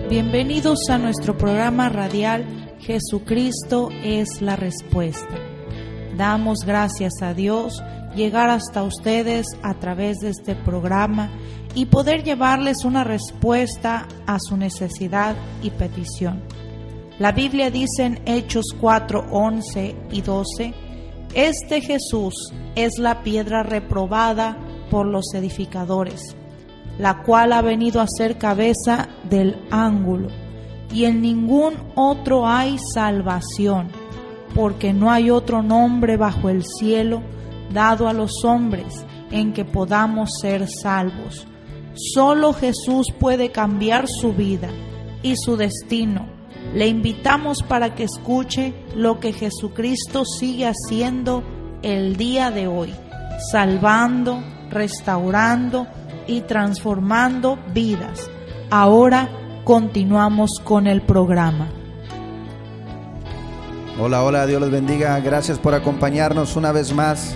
Bienvenidos a nuestro programa radial Jesucristo es la respuesta. Damos gracias a Dios llegar hasta ustedes a través de este programa y poder llevarles una respuesta a su necesidad y petición. La Biblia dice en Hechos 4, 11 y 12: Este Jesús es la piedra reprobada por los edificadores, la cual ha venido a ser cabeza del ángulo, y en ningún otro hay salvación, porque no hay otro nombre bajo el cielo dado a los hombres en que podamos ser salvos. Solo Jesús puede cambiar su vida y su destino. Le invitamos para que escuche lo que Jesucristo sigue haciendo el día de hoy, salvando, restaurando y transformando vidas. Ahora continuamos con el programa. Hola, Dios les bendiga. Gracias por acompañarnos una vez más.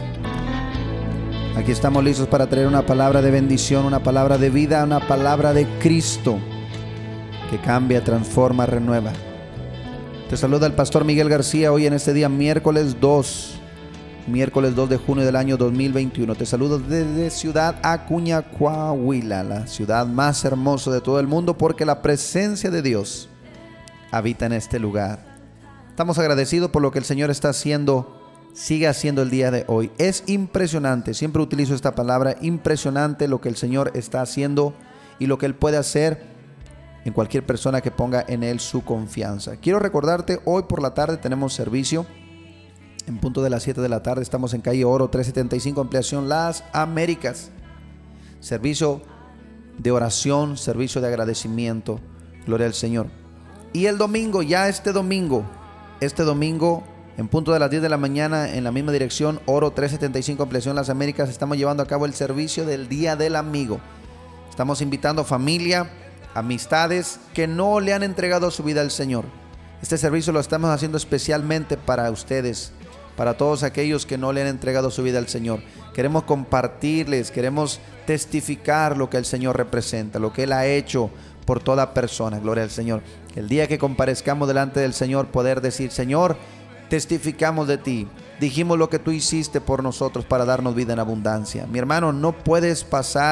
Aquí estamos listos para traer una palabra de bendición, una palabra de vida, una palabra de Cristo que cambia, transforma, renueva. Te saluda el pastor Miguel García hoy en este día miércoles 2 de junio del año 2021. Te saludo desde Ciudad Acuña, Coahuila, la ciudad más hermosa de todo el mundo, porque la presencia de Dios habita en este lugar. Estamos agradecidos por lo que el Señor está haciendo, sigue haciendo el día de hoy. Es impresionante, siempre utilizo esta palabra, impresionante lo que el Señor está haciendo y lo que Él puede hacer en cualquier persona que ponga en Él su confianza. Quiero recordarte, hoy por la tarde tenemos servicio. En punto de las 7 de la tarde estamos en calle Oro 375, ampliación Las Américas. Servicio de oración, servicio de agradecimiento. Gloria al Señor. Y el domingo, este domingo, en punto de las 10 de la mañana, en la misma dirección, Oro 375, ampliación Las Américas, estamos llevando a cabo el servicio del Día del Amigo. Estamos invitando familia, amistades que no le han entregado su vida al Señor. Este servicio lo estamos haciendo especialmente para ustedes, para todos aquellos que no le han entregado su vida al Señor. Queremos compartirles, queremos testificar lo que el Señor representa, lo que Él ha hecho por toda persona. Gloria al Señor. El día que comparezcamos delante del Señor, poder decir: Señor, testificamos de ti, dijimos lo que tú hiciste por nosotros para darnos vida en abundancia. Mi hermano, no puedes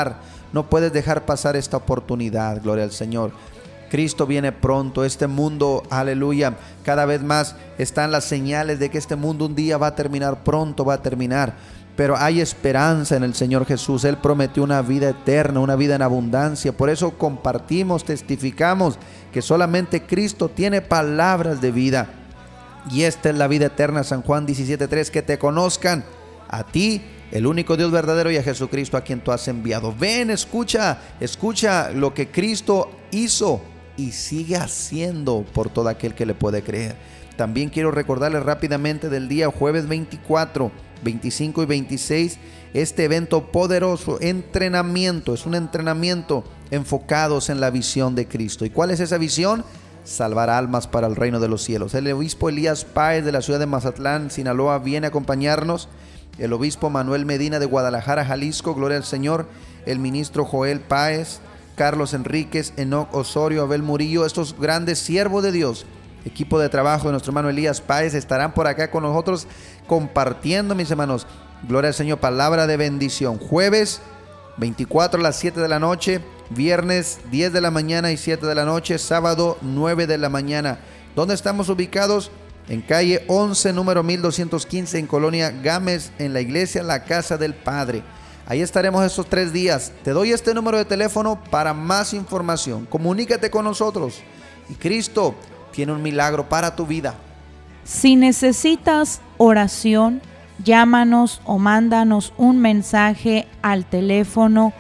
dejar pasar esta oportunidad. Gloria al Señor. Cristo viene pronto. Este mundo, aleluya, cada vez más están las señales de que este mundo un día va a terminar, pronto va a terminar. Pero hay esperanza en el Señor Jesús. Él prometió una vida eterna, una vida en abundancia. Por eso compartimos, testificamos que solamente Cristo tiene palabras de vida. Y esta es la vida eterna, San Juan 17:3, que te conozcan a ti, el único Dios verdadero, y a Jesucristo a quien tú has enviado. Ven, escucha lo que Cristo hizo y sigue haciendo por todo aquel que le puede creer. También quiero recordarles rápidamente del día jueves 24, 25 y 26, este evento poderoso, entrenamiento. Es un entrenamiento enfocados en la visión de Cristo. ¿Y cuál es esa visión? Salvar almas para el reino de los cielos. El obispo Elías Páez de la ciudad de Mazatlán, Sinaloa, viene a acompañarnos. El obispo Manuel Medina de Guadalajara, Jalisco, gloria al Señor. El ministro Joel Páez, Carlos Enríquez, Enoc Osorio, Abel Murillo, estos grandes siervos de Dios, equipo de trabajo de nuestro hermano Elías Páez, estarán por acá con nosotros compartiendo, mis hermanos, gloria al Señor, palabra de bendición. Jueves 24 a las 7 de la noche, viernes 10 de la mañana y 7 de la noche, sábado 9 de la mañana. ¿Dónde estamos ubicados? En calle 11, número 1215, en Colonia Gámez, en la iglesia La Casa del Padre. Ahí estaremos estos 3 días. Te doy este número de teléfono para más información. Comunícate con nosotros y Cristo tiene un milagro para tu vida. Si necesitas oración, llámanos o mándanos un mensaje al teléfono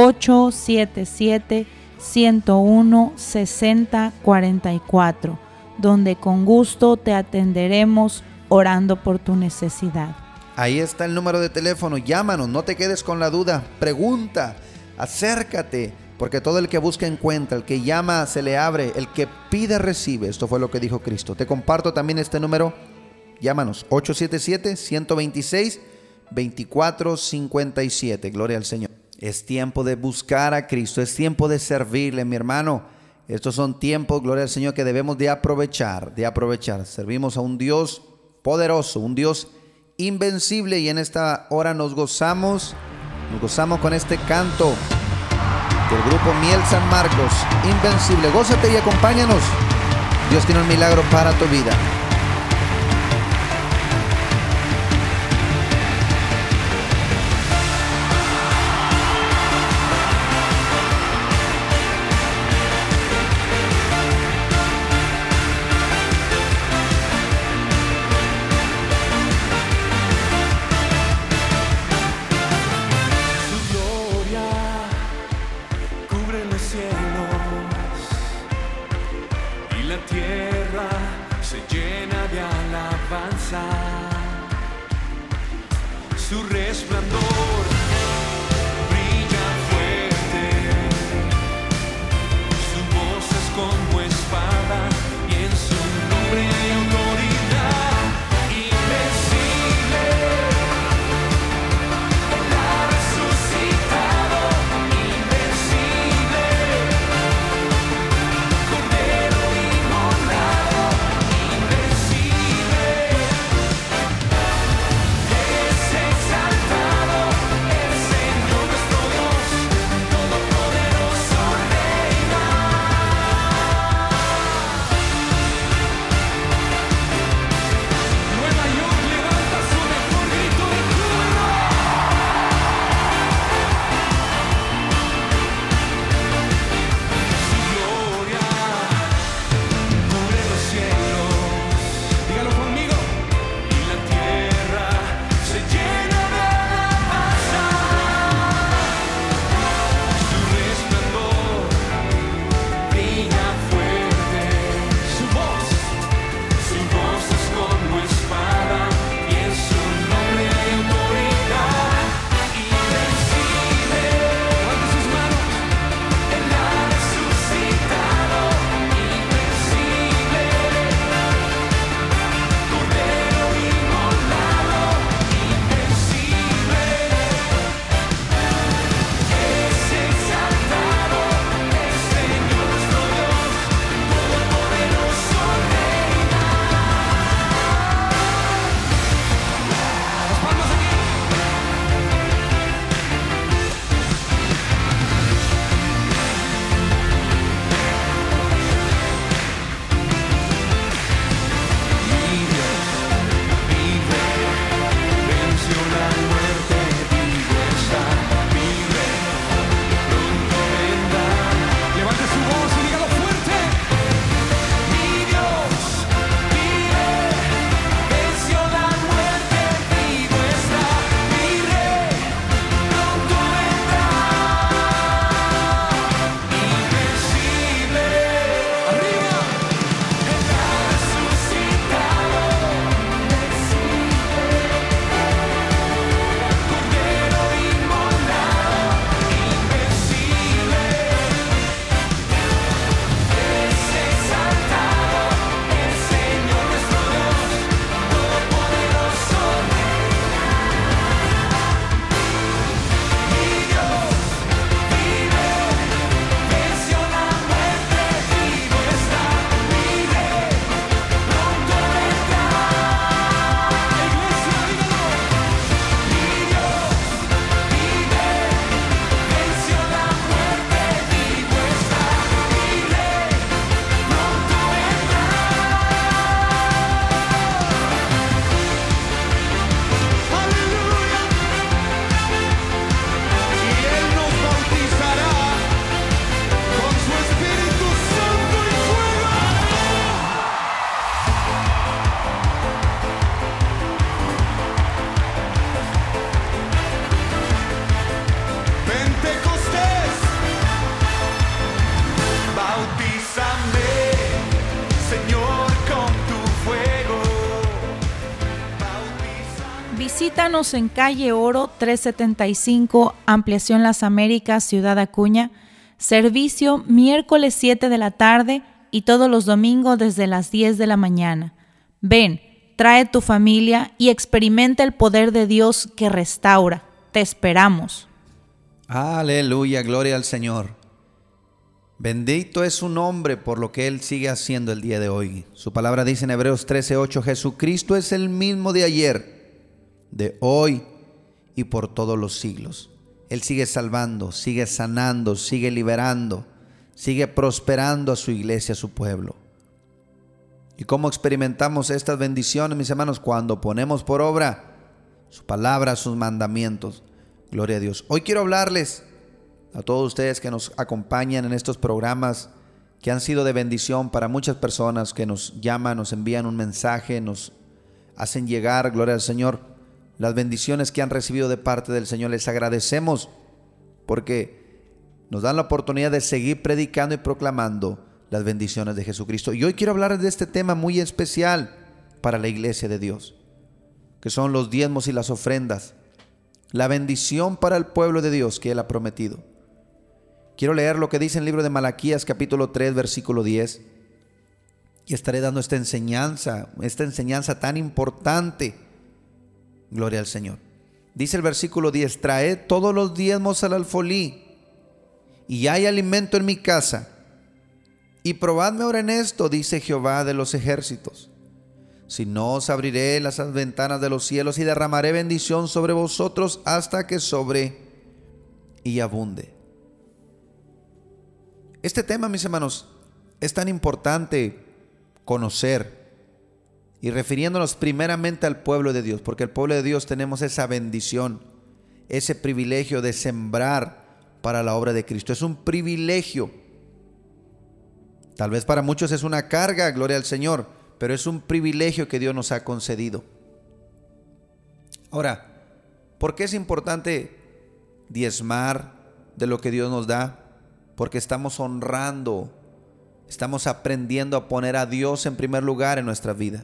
877-101-6044, donde con gusto te atenderemos orando por tu necesidad. Ahí está el número de teléfono, llámanos, no te quedes con la duda, pregunta, acércate, porque todo el que busca encuentra, el que llama se le abre, el que pide recibe. Esto fue lo que dijo Cristo. Te comparto también este número, llámanos, 877-126-2457, gloria al Señor. Es tiempo de buscar a Cristo, es tiempo de servirle, mi hermano. Estos son tiempos, gloria al Señor, que debemos de aprovechar. Servimos a un Dios poderoso, un Dios invencible, y en esta hora nos gozamos con este canto del grupo Miel San Marcos, Invencible. Gózate y acompáñanos. Dios tiene un milagro para tu vida. Su resplandor brilla fuerte, su voz es como espada y en su nombre hay autoridad. Invencible, Él ha resucitado. Invencible, Cordero inmolado. Invencible, es exaltado el Señor nuestro Dios, todopoderoso reina. Nueva York levanta su mejor grito de júbilo. Su gloria cubre los cielos, dígalo conmigo, y la tierra se llena de alabanza. Su resplandor brilla fuerte, su voz es como espada y en su nombre hay autoridad. Invencible, levante sus manos, Él ha resucitado. Invencible, Cordero inmolado. Invencible, es exaltado el Señor nuestro Dios, todopoderoso reina. Las palmas aquí. Mi Dios vive, venció la muerte, vivo está, vive, pronto vendrá. Levante su voz y dígalo fuerte. Mi Dios vive, venció la muerte, vivo está, mi Rey pronto vendrá. Invencible, arriba, Él ha resucitado. Cordero inmolado. Invencible, es exaltado el Señor nuestro Dios, todopoderoso reina. Mi Dios vive, venció la muerte, vivo está, mi Rey pronto vendrá. Iglesia, dígalo. Mi Dios vive, venció la muerte, vivo está, mi Rey pronto vendrá. Aleluya. Y Él nos bautizará con su Espíritu Santo y fuego. Pentecostés, bautízame, Señor, con tu fuego. Bautízame. Visítanos en calle Oro 375, Ampliación Las Américas, Ciudad Acuña. Servicio miércoles 7 de la tarde y todos los domingos desde las 10 de la mañana. Ven, trae tu familia y experimenta el poder de Dios que restaura. Te esperamos. Aleluya, gloria al Señor. Bendito es su nombre por lo que Él sigue haciendo el día de hoy. Su palabra dice en Hebreos 13:8, Jesucristo es el mismo de ayer, de hoy y por todos los siglos. Él sigue salvando, sigue sanando, sigue liberando, sigue prosperando a su iglesia, a su pueblo. ¿Y cómo experimentamos estas bendiciones, mis hermanos? Cuando ponemos por obra su palabra, sus mandamientos. Gloria a Dios. Hoy quiero hablarles a todos ustedes que nos acompañan en estos programas que han sido de bendición para muchas personas que nos llaman, nos envían un mensaje, nos hacen llegar, gloria al Señor, las bendiciones que han recibido de parte del Señor. Les agradecemos porque nos dan la oportunidad de seguir predicando y proclamando las bendiciones de Jesucristo. Y hoy quiero hablar de este tema muy especial para la iglesia de Dios, que son los diezmos y las ofrendas, la bendición para el pueblo de Dios que Él ha prometido. Quiero leer lo que dice en el libro de Malaquías capítulo 3 versículo 10 y estaré dando esta enseñanza tan importante. Gloria al Señor. Dice el versículo 10, traed todos los diezmos al alfolí y hay alimento en mi casa. Y probadme ahora en esto, dice Jehová de los ejércitos. Si no, os abriré las ventanas de los cielos y derramaré bendición sobre vosotros hasta que sobre y abunde. Este tema, mis hermanos, es tan importante conocer, y refiriéndonos primeramente al pueblo de Dios, porque el pueblo de Dios tenemos esa bendición, ese privilegio de sembrar para la obra de Cristo. Es un privilegio. Tal vez para muchos es una carga, gloria al Señor, pero es un privilegio que Dios nos ha concedido. Ahora, ¿por qué es importante diezmar de lo que Dios nos da? Porque estamos honrando, estamos aprendiendo a poner a Dios en primer lugar en nuestra vida.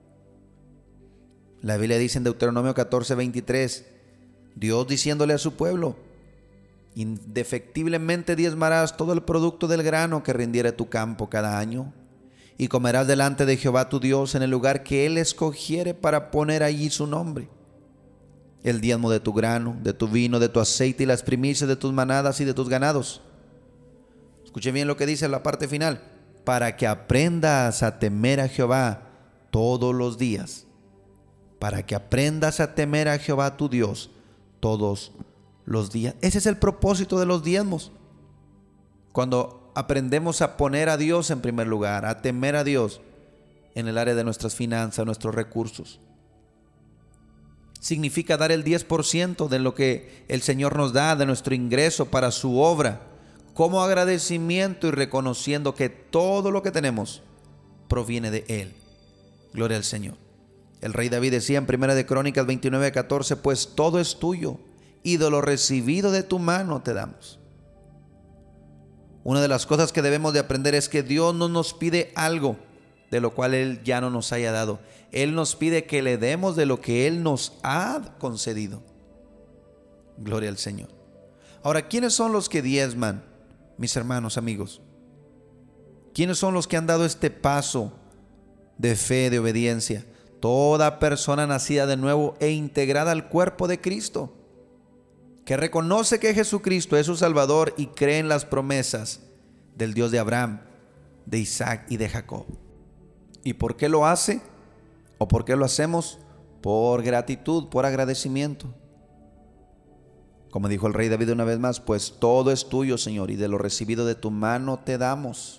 La Biblia dice en Deuteronomio 14:23, Dios diciéndole a su pueblo, indefectiblemente diezmarás todo el producto del grano que rindiere tu campo cada año, y comerás delante de Jehová tu Dios en el lugar que Él escogiere para poner allí su nombre. El diezmo de tu grano, de tu vino, de tu aceite y las primicias de tus manadas y de tus ganados. Escuche bien lo que dice en la parte final. Para que aprendas a temer a Jehová todos los días. Para que aprendas a temer a Jehová tu Dios todos los días. Ese es el propósito de los diezmos. Cuando aprendemos a poner a Dios en primer lugar, a temer a Dios en el área de nuestras finanzas, nuestros recursos. Significa dar el 10% de lo que el Señor nos da, de nuestro ingreso para su obra, como agradecimiento y reconociendo que todo lo que tenemos proviene de Él. Gloria al Señor. El rey David decía en 1 de Crónicas 29:14, pues todo es tuyo y de lo recibido de tu mano te damos. Una de las cosas que debemos de aprender es que Dios no nos pide algo de lo cual Él ya no nos haya dado. Él nos pide que le demos de lo que Él nos ha concedido. Gloria al Señor. Ahora, ¿quiénes son los que diezman, mis hermanos, amigos? ¿Quiénes son los que han dado este paso de fe, de obediencia? Toda persona nacida de nuevo e integrada al cuerpo de Cristo, que reconoce que Jesucristo es su Salvador y cree en las promesas del Dios de Abraham, de Isaac y de Jacob. ¿Y por qué lo hace? ¿O por qué lo hacemos? Por gratitud, por agradecimiento. Como dijo el rey David una vez más, pues todo es tuyo, Señor, y de lo recibido de tu mano te damos.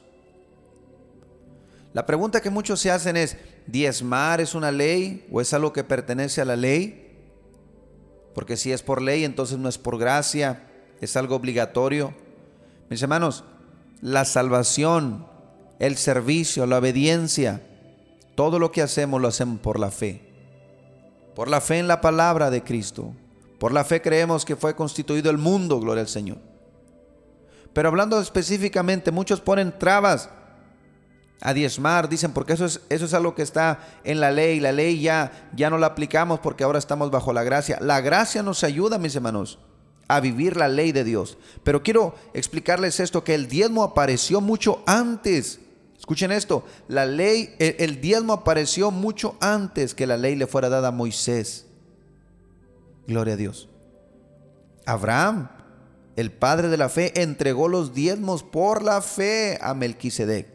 La pregunta que muchos se hacen es, ¿diezmar es una ley o es algo que pertenece a la ley? Porque si es por ley, entonces no es por gracia, es algo obligatorio. Mis hermanos, la salvación, el servicio, la obediencia, todo lo que hacemos lo hacemos por la fe. Por la fe en la palabra de Cristo. Por la fe creemos que fue constituido el mundo, gloria al Señor. Pero hablando específicamente, muchos ponen trabas a diezmar, dicen, porque eso es algo que está en la ley ya no la aplicamos porque ahora estamos bajo la gracia. La gracia nos ayuda, mis hermanos, a vivir la ley de Dios. Pero quiero explicarles esto, que el diezmo apareció mucho antes. Escuchen esto, la ley, el diezmo apareció mucho antes que la ley le fuera dada a Moisés. Gloria a Dios. Abraham el padre de la fe, entregó los diezmos por la fe a Melquisedec.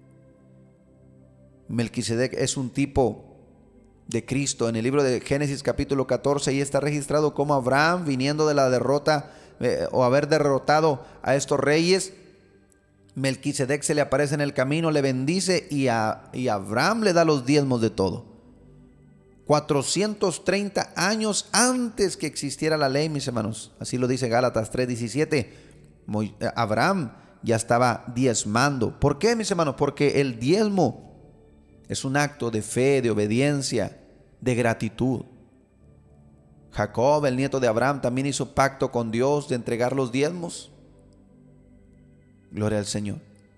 Melquisedec es un tipo de Cristo. En el libro de Génesis capítulo 14, ahí está registrado como Abraham, viniendo de la derrota o haber derrotado a estos reyes, Melquisedec se le aparece en el camino, le bendice y Abraham le da los diezmos de todo. 430 años antes que existiera la ley, mis hermanos. Así lo dice Gálatas 3:17. Abraham ya estaba diezmando. ¿Por qué, mis hermanos? Porque el diezmo es un acto de fe, de obediencia, de gratitud. Jacob, el nieto de Abraham, también hizo pacto con Dios de entregar los diezmos. Gloria al Señor.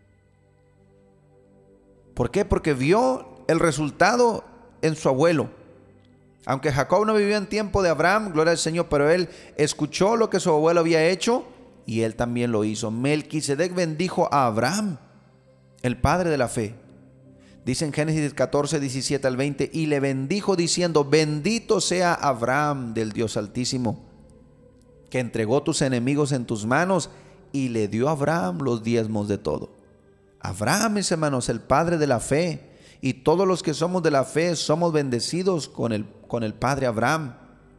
¿Por qué? Porque vio el resultado en su abuelo. Aunque Jacob no vivió en tiempo de Abraham, gloria al Señor, pero él escuchó lo que su abuelo había hecho y él también lo hizo. Melquisedec bendijo a Abraham, el padre de la fe. Dice en Génesis 14, 17 al 20, y le bendijo diciendo: bendito sea Abraham del Dios Altísimo, que entregó tus enemigos en tus manos, y le dio a Abraham los diezmos de todo. Abraham, mis hermanos, el padre de la fe, y todos los que somos de la fe somos bendecidos con el padre Abraham.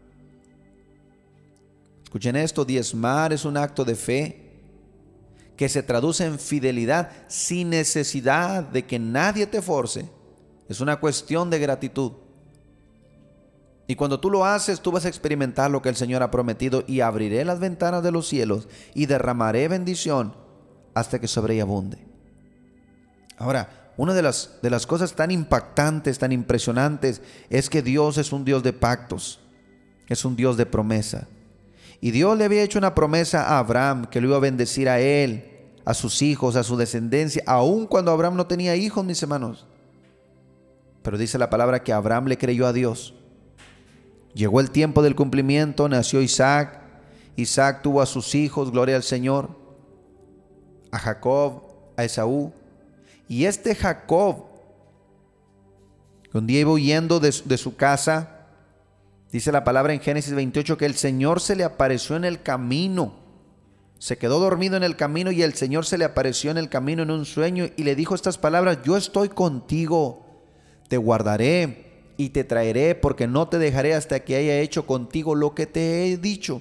Escuchen esto: diezmar es un acto de fe que se traduce en fidelidad sin necesidad de que nadie te force. Es una cuestión de gratitud. Y cuando tú lo haces, tú vas a experimentar lo que el Señor ha prometido: y abriré las ventanas de los cielos y derramaré bendición hasta que sobreabunde. Ahora, una de las cosas tan impactantes, tan impresionantes, es que Dios es un Dios de pactos, es un Dios de promesa. Y Dios le había hecho una promesa a Abraham, que lo iba a bendecir a él, a sus hijos, a su descendencia, aun cuando Abraham no tenía hijos, mis hermanos. Pero dice la palabra que Abraham le creyó a Dios. Llegó el tiempo del cumplimiento, nació Isaac. Isaac tuvo a sus hijos, gloria al Señor, a Jacob, a Esaú. Y este Jacob, que un día iba huyendo de su casa, dice la palabra en Génesis 28 que el Señor se le apareció en el camino. Se quedó dormido en el camino y el Señor se le apareció en el camino en un sueño y le dijo estas palabras: yo estoy contigo, te guardaré y te traeré, porque no te dejaré hasta que haya hecho contigo lo que te he dicho.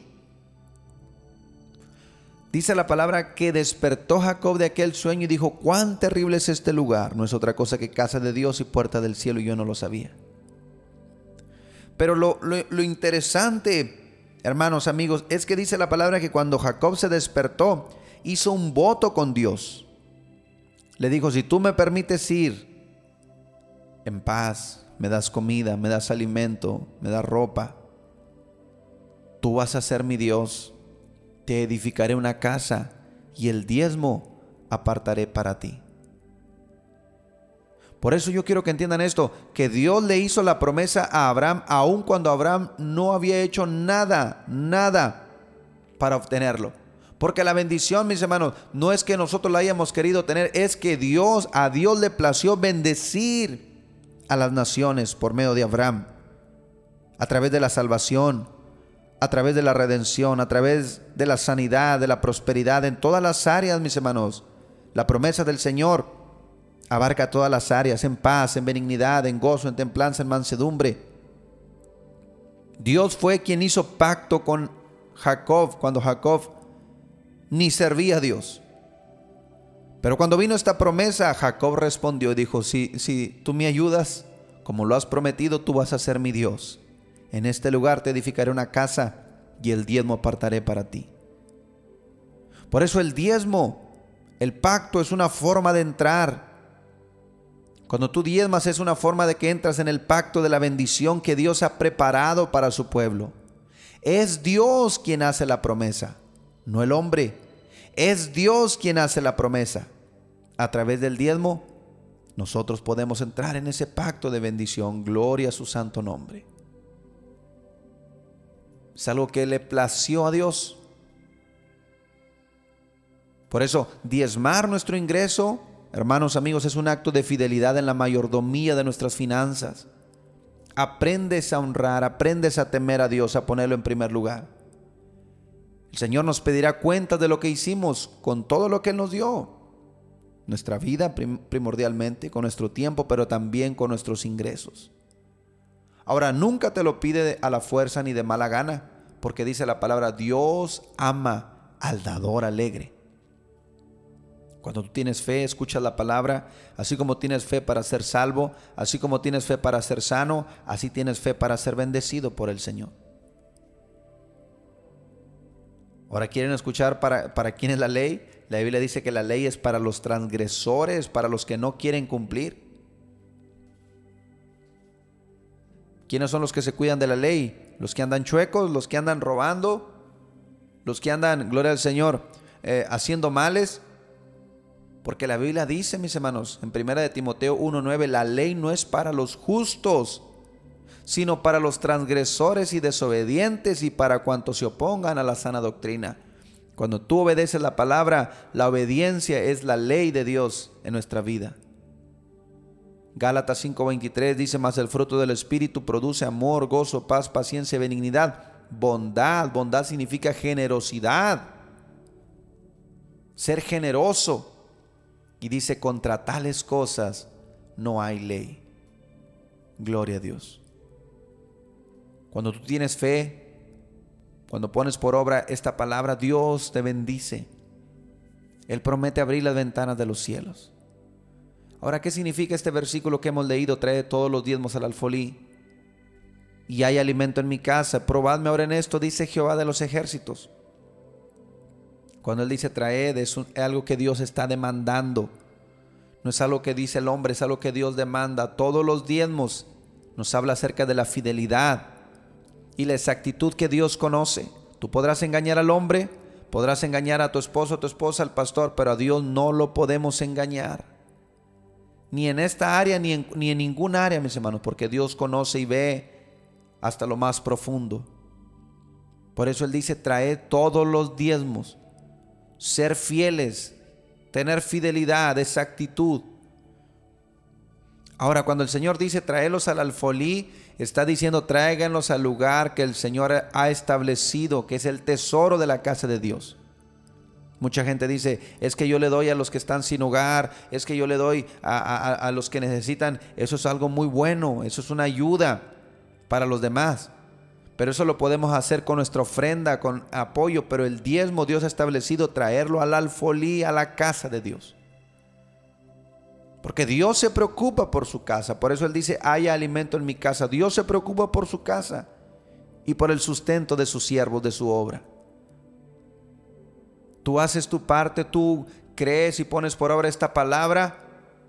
Dice la palabra que despertó Jacob de aquel sueño y dijo: cuán terrible es este lugar. No es otra cosa que casa de Dios y puerta del cielo, y yo no lo sabía. Pero lo interesante, hermanos, amigos, es que dice la palabra que cuando Jacob se despertó, hizo un voto con Dios. Le dijo: si tú me permites ir en paz, me das comida, me das alimento, me das ropa, tú vas a ser mi Dios, te edificaré una casa y el diezmo apartaré para ti. Por eso yo quiero que entiendan esto, que Dios le hizo la promesa a Abraham, aun cuando Abraham no había hecho nada para obtenerlo. Porque la bendición, mis hermanos, no es que nosotros la hayamos querido tener, es que a Dios le plació bendecir a las naciones por medio de Abraham, a través de la salvación, a través de la redención, a través de la sanidad, de la prosperidad, en todas las áreas, mis hermanos. La promesa del Señor abarca todas las áreas: en paz, en benignidad, en gozo, en templanza, en mansedumbre. Dios fue quien hizo pacto con Jacob cuando Jacob ni servía a Dios. Pero cuando vino esta promesa, Jacob respondió y dijo: si tú me ayudas, como lo has prometido, tú vas a ser mi Dios. En este lugar te edificaré una casa y el diezmo apartaré para ti. Por eso el diezmo, el pacto, es una forma de entrar. Cuando tú diezmas, es una forma de que entras en el pacto de la bendición que Dios ha preparado para su pueblo. Es Dios quien hace la promesa, no el hombre. Es Dios quien hace la promesa. A través del diezmo, nosotros podemos entrar en ese pacto de bendición. Gloria a su santo nombre. Es algo que le plació a Dios. Por eso, diezmar nuestro ingreso, hermanos, amigos, es un acto de fidelidad en la mayordomía de nuestras finanzas. Aprendes a honrar, aprendes a temer a Dios, a ponerlo en primer lugar. El Señor nos pedirá cuentas de lo que hicimos con todo lo que Él nos dio. Nuestra vida primordialmente, con nuestro tiempo, pero también con nuestros ingresos. Ahora, nunca te lo pide a la fuerza ni de mala gana, porque dice la palabra, Dios ama al dador alegre. Cuando tú tienes fe, escuchas la palabra, así como tienes fe para ser salvo, así como tienes fe para ser sano, así tienes fe para ser bendecido por el Señor. Ahora, ¿quieren escuchar para quién es la ley? La Biblia dice que la ley es para los transgresores, para los que no quieren cumplir. ¿Quiénes son los que se cuidan de la ley? Los que andan chuecos, los que andan robando, los que andan, gloria al Señor, haciendo males. Porque la Biblia dice, mis hermanos, en 1 de Timoteo 1:9, la ley no es para los justos, sino para los transgresores y desobedientes y para cuantos se opongan a la sana doctrina. Cuando tú obedeces la palabra, la obediencia es la ley de Dios en nuestra vida. Gálatas 5:23 dice, mas el fruto del Espíritu produce amor, gozo, paz, paciencia, benignidad, bondad. Bondad significa generosidad, ser generoso. Y dice, contra tales cosas no hay ley. Gloria a Dios. Cuando tú tienes fe, cuando pones por obra esta palabra, Dios te bendice. Él promete abrir las ventanas de los cielos. Ahora, ¿qué significa este versículo que hemos leído? Trae todos los diezmos al alfolí y hay alimento en mi casa. Probadme ahora en esto, dice Jehová de los ejércitos. Cuando Él dice traed, es algo que Dios está demandando. No es algo que dice el hombre, es algo que Dios demanda. Todos los diezmos nos habla acerca de la fidelidad y la exactitud que Dios conoce. Tú podrás engañar al hombre, podrás engañar a tu esposo, a tu esposa, al pastor, pero a Dios no lo podemos engañar. Ni en esta área, ni en ningún área, mis hermanos, porque Dios conoce y ve hasta lo más profundo. Por eso Él dice, traed todos los diezmos. Ser fieles, tener fidelidad, exactitud. Ahora, cuando el Señor dice traerlos al alfolí, está diciendo tráiganlos al lugar que el Señor ha establecido, que es el tesoro de la casa de Dios. Mucha gente dice, es que yo le doy a los que están sin hogar, es que yo le doy a los que necesitan. Eso es algo muy bueno, eso es una ayuda para los demás. Pero eso lo podemos hacer con nuestra ofrenda, con apoyo. Pero el diezmo Dios ha establecido traerlo al alfolí, a la casa de Dios. Porque Dios se preocupa por su casa. Por eso Él dice, haya alimento en mi casa. Dios se preocupa por su casa y por el sustento de sus siervos, de su obra. Tú haces tu parte, tú crees y pones por obra esta palabra.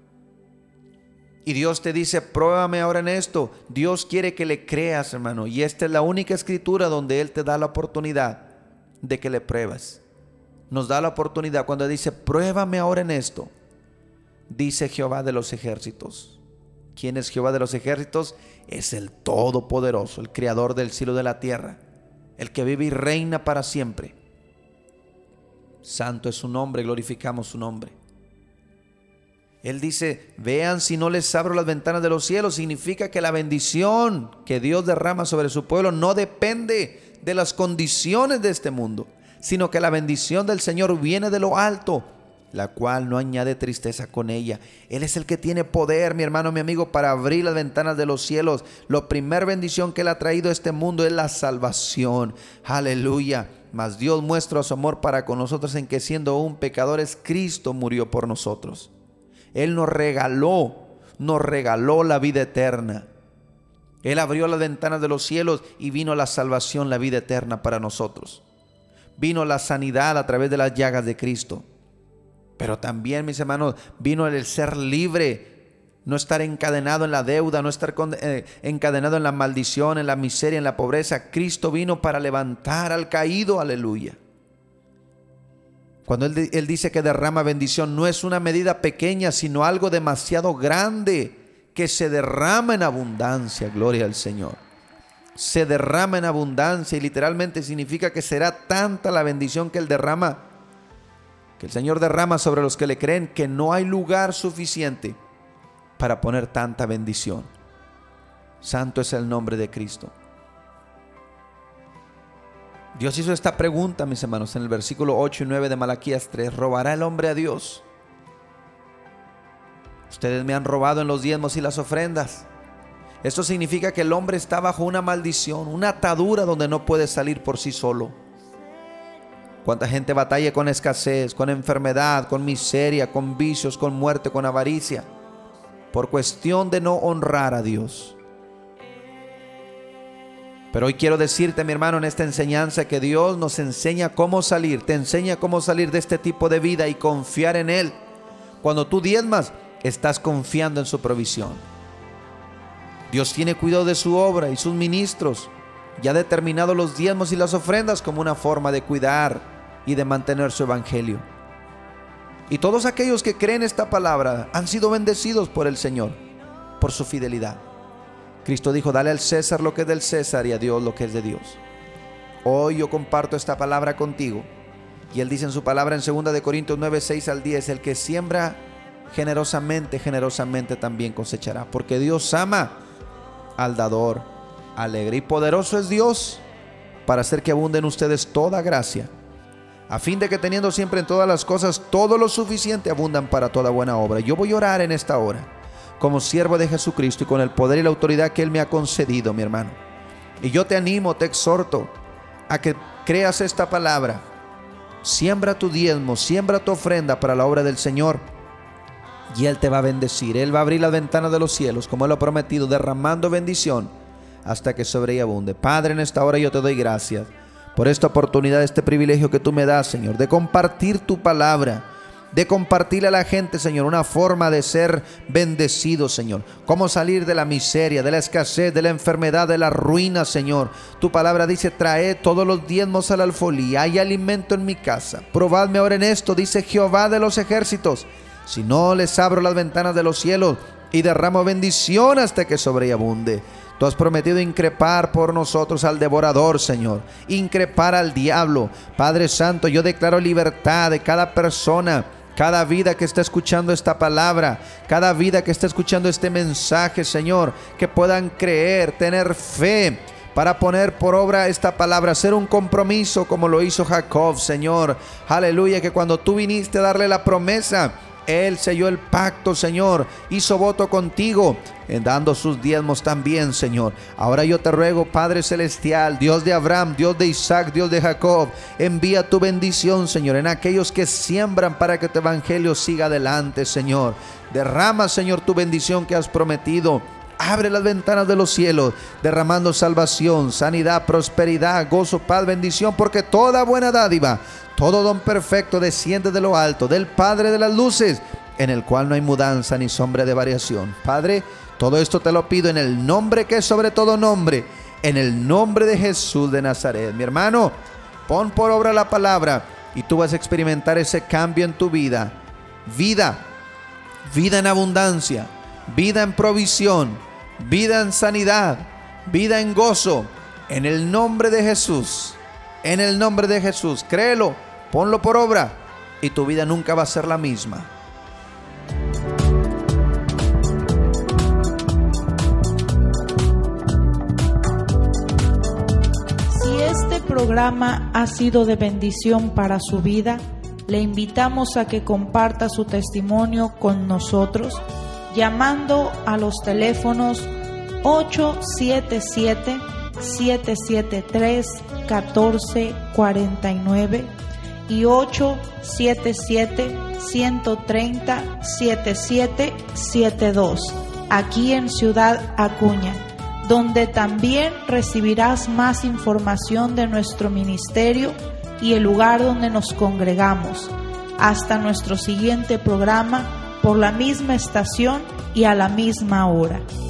Y Dios te dice, pruébame ahora en esto. Dios quiere que le creas, hermano. Y esta es la única escritura donde Él te da la oportunidad de que le pruebas. Nos da la oportunidad cuando dice, pruébame ahora en esto. Dice Jehová de los ejércitos. ¿Quién es Jehová de los ejércitos? Es el Todopoderoso, el Creador del cielo y de la tierra. El que vive y reina para siempre. Santo es su nombre, glorificamos su nombre. Él dice, vean si no les abro las ventanas de los cielos. Significa que la bendición que Dios derrama sobre su pueblo no depende de las condiciones de este mundo, sino que la bendición del Señor viene de lo alto, la cual no añade tristeza con ella. Él es el que tiene poder, mi hermano, mi amigo, para abrir las ventanas de los cielos. La primera bendición que Él ha traído a este mundo es la salvación. Aleluya. Mas Dios muestra su amor para con nosotros en que siendo aún pecadores, Cristo murió por nosotros. Él nos regaló la vida eterna. Él abrió las ventanas de los cielos y vino la salvación, la vida eterna para nosotros. Vino la sanidad a través de las llagas de Cristo. Pero también, mis hermanos, vino el ser libre, no estar encadenado en la deuda, no estar encadenado en la maldición, en la miseria, en la pobreza. Cristo vino para levantar al caído, aleluya. Cuando Él dice que derrama bendición, no es una medida pequeña, sino algo demasiado grande que se derrama en abundancia. Gloria al Señor. Se derrama en abundancia y literalmente significa que será tanta la bendición que Él derrama, que el Señor derrama sobre los que le creen, que no hay lugar suficiente para poner tanta bendición. Santo es el nombre de Cristo. Dios hizo esta pregunta, mis hermanos, en el versículo 8 y 9 de Malaquías 3. ¿Robará el hombre a Dios? Ustedes me han robado en los diezmos y las ofrendas. Esto significa que el hombre está bajo una maldición, una atadura donde no puede salir por sí solo. Cuánta gente batalla con escasez, con enfermedad, con miseria, con vicios, con muerte, con avaricia, por cuestión de no honrar a Dios. Pero hoy quiero decirte, mi hermano, en esta enseñanza, que Dios nos enseña cómo salir, te enseña cómo salir de este tipo de vida y confiar en Él. Cuando tú diezmas, estás confiando en su provisión. Dios tiene cuidado de su obra y sus ministros, y ha determinado los diezmos y las ofrendas como una forma de cuidar y de mantener su evangelio. Y todos aquellos que creen esta palabra han sido bendecidos por el Señor, por su fidelidad. Cristo dijo: dale al César lo que es del César y a Dios lo que es de Dios. Hoy yo comparto esta palabra contigo, y Él dice en su palabra en 2 de Corintios 9, 6 al 10: el que siembra generosamente, generosamente también cosechará, porque Dios ama al dador alegre. Y poderoso es Dios para hacer que abunde en ustedes toda gracia, a fin de que, teniendo siempre en todas las cosas todo lo suficiente, abundan para toda buena obra. Yo voy a orar en esta hora como siervo de Jesucristo y con el poder y la autoridad que Él me ha concedido, mi hermano. Y yo te animo, te exhorto a que creas esta palabra. Siembra tu diezmo, siembra tu ofrenda para la obra del Señor, y Él te va a bendecir. Él va a abrir las ventanas de los cielos, como Él lo ha prometido, derramando bendición hasta que sobre ella abunde. Padre, en esta hora yo te doy gracias por esta oportunidad, este privilegio que tú me das, Señor, de compartir tu palabra, de compartirle a la gente, Señor, una forma de ser bendecido, Señor. Cómo salir de la miseria, de la escasez, de la enfermedad, de la ruina, Señor. Tu palabra dice: traed todos los diezmos al alfolí, hay alimento en mi casa. Probadme ahora en esto, dice Jehová de los ejércitos, si no les abro las ventanas de los cielos y derramo bendición hasta que sobreabunde. Tú has prometido increpar por nosotros al devorador, Señor, increpar al diablo. Padre Santo, yo declaro libertad de cada persona, cada vida que está escuchando esta palabra, cada vida que está escuchando este mensaje, Señor, que puedan creer, tener fe para poner por obra esta palabra, hacer un compromiso como lo hizo Jacob, Señor. Aleluya, que cuando tú viniste a darle la promesa, Él selló el pacto, Señor, hizo voto contigo, dando sus diezmos también, Señor. Ahora yo te ruego, Padre Celestial, Dios de Abraham, Dios de Isaac, Dios de Jacob, envía tu bendición, Señor, en aquellos que siembran para que tu evangelio siga adelante, Señor. Derrama, Señor, tu bendición que has prometido. Abre las ventanas de los cielos, derramando salvación, sanidad, prosperidad, gozo, paz, bendición, porque toda buena dádiva, todo don perfecto desciende de lo alto, del Padre de las luces, en el cual no hay mudanza ni sombra de variación. Padre, todo esto te lo pido en el nombre que es sobre todo nombre, en el nombre de Jesús de Nazaret. Mi hermano, pon por obra la palabra y tú vas a experimentar ese cambio en tu vida. Vida en abundancia, vida en provisión, vida en sanidad, vida en gozo, en el nombre de Jesús. En el nombre de Jesús, créelo, ponlo por obra y tu vida nunca va a ser la misma. Si este programa ha sido de bendición para su vida, le invitamos a que comparta su testimonio con nosotros llamando a los teléfonos 877-773-1449 y 877-130-7772 aquí en Ciudad Acuña, donde también recibirás más información de nuestro ministerio y el lugar donde nos congregamos. Hasta nuestro siguiente programa por la misma estación y a la misma hora.